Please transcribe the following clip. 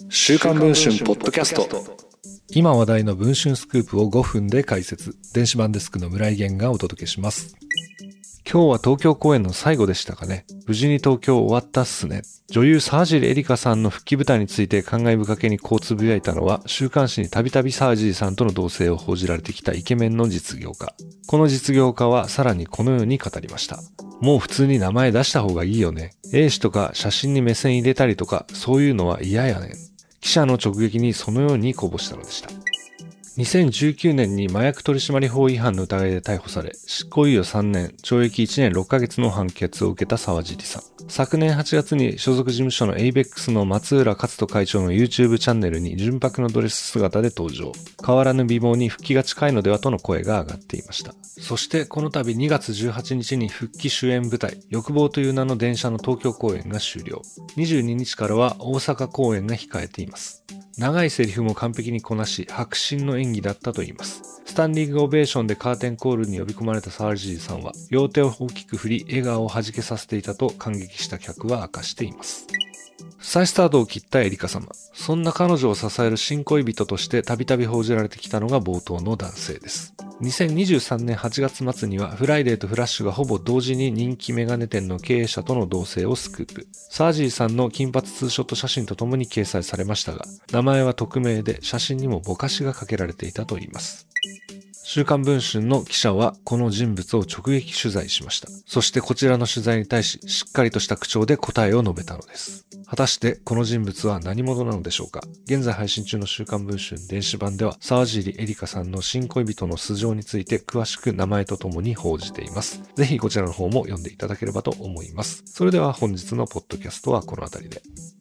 週刊文春ポッドキャスト。 今話題の文春スクープを5分で解説。電子版デスクの村井源がお届けします。今日は東京公演の最後でしたかね。無事に東京終わったっすね。女優沢尻エリカさんの復帰舞台について感慨深げにこうつぶやいたのは、週刊誌にたびたび沢尻さんとの同棲を報じられてきたイケメンの実業家。この実業家はさらにこのように語りました。もう普通に名前出した方がいいよね。英詞とか写真に目線入れたりとか、そういうのは嫌やねん。記者の直撃にそのようにこぼしたのでした。2019年に麻薬取締法違反の疑いで逮捕され、執行猶予3年、懲役1年6ヶ月の判決を受けた沢尻さん。昨年8月に所属事務所の ABEX の松浦克人会長の YouTube チャンネルに純白のドレス姿で登場。変わらぬ美貌に復帰が近いのではとの声が上がっていました。そしてこの度2月18日に復帰主演舞台、欲望という名の電車の東京公演が終了。22日からは大阪公演が控えています。長いセリフも完璧にこなし、迫真の演技だったといいます。スタンディングオベーションでカーテンコールに呼び込まれた沢尻さんは、両手を大きく振り、笑顔を弾けさせていたと感激した客は明かしています。再スタートを切ったエリカ様。そんな彼女を支える新恋人としてたびたび報じられてきたのが冒頭の男性です。2023年8月末にはフライデーとフラッシュがほぼ同時に人気メガネ店の経営者との同棲をスクープ。沢尻さんの金髪ツーショット写真とともに掲載されましたが、名前は匿名で写真にもぼかしがかけられていたといいます。週刊文春の記者はこの人物を直撃取材しました。そしてこちらの取材に対ししっかりとした口調で答えを述べたのです。果たしてこの人物は何者なのでしょうか。現在配信中の週刊文春電子版では沢尻エリカさんの新恋人の素性について詳しく名前とともに報じています。ぜひこちらの方も読んでいただければと思います。それでは本日のポッドキャストはこの辺りで。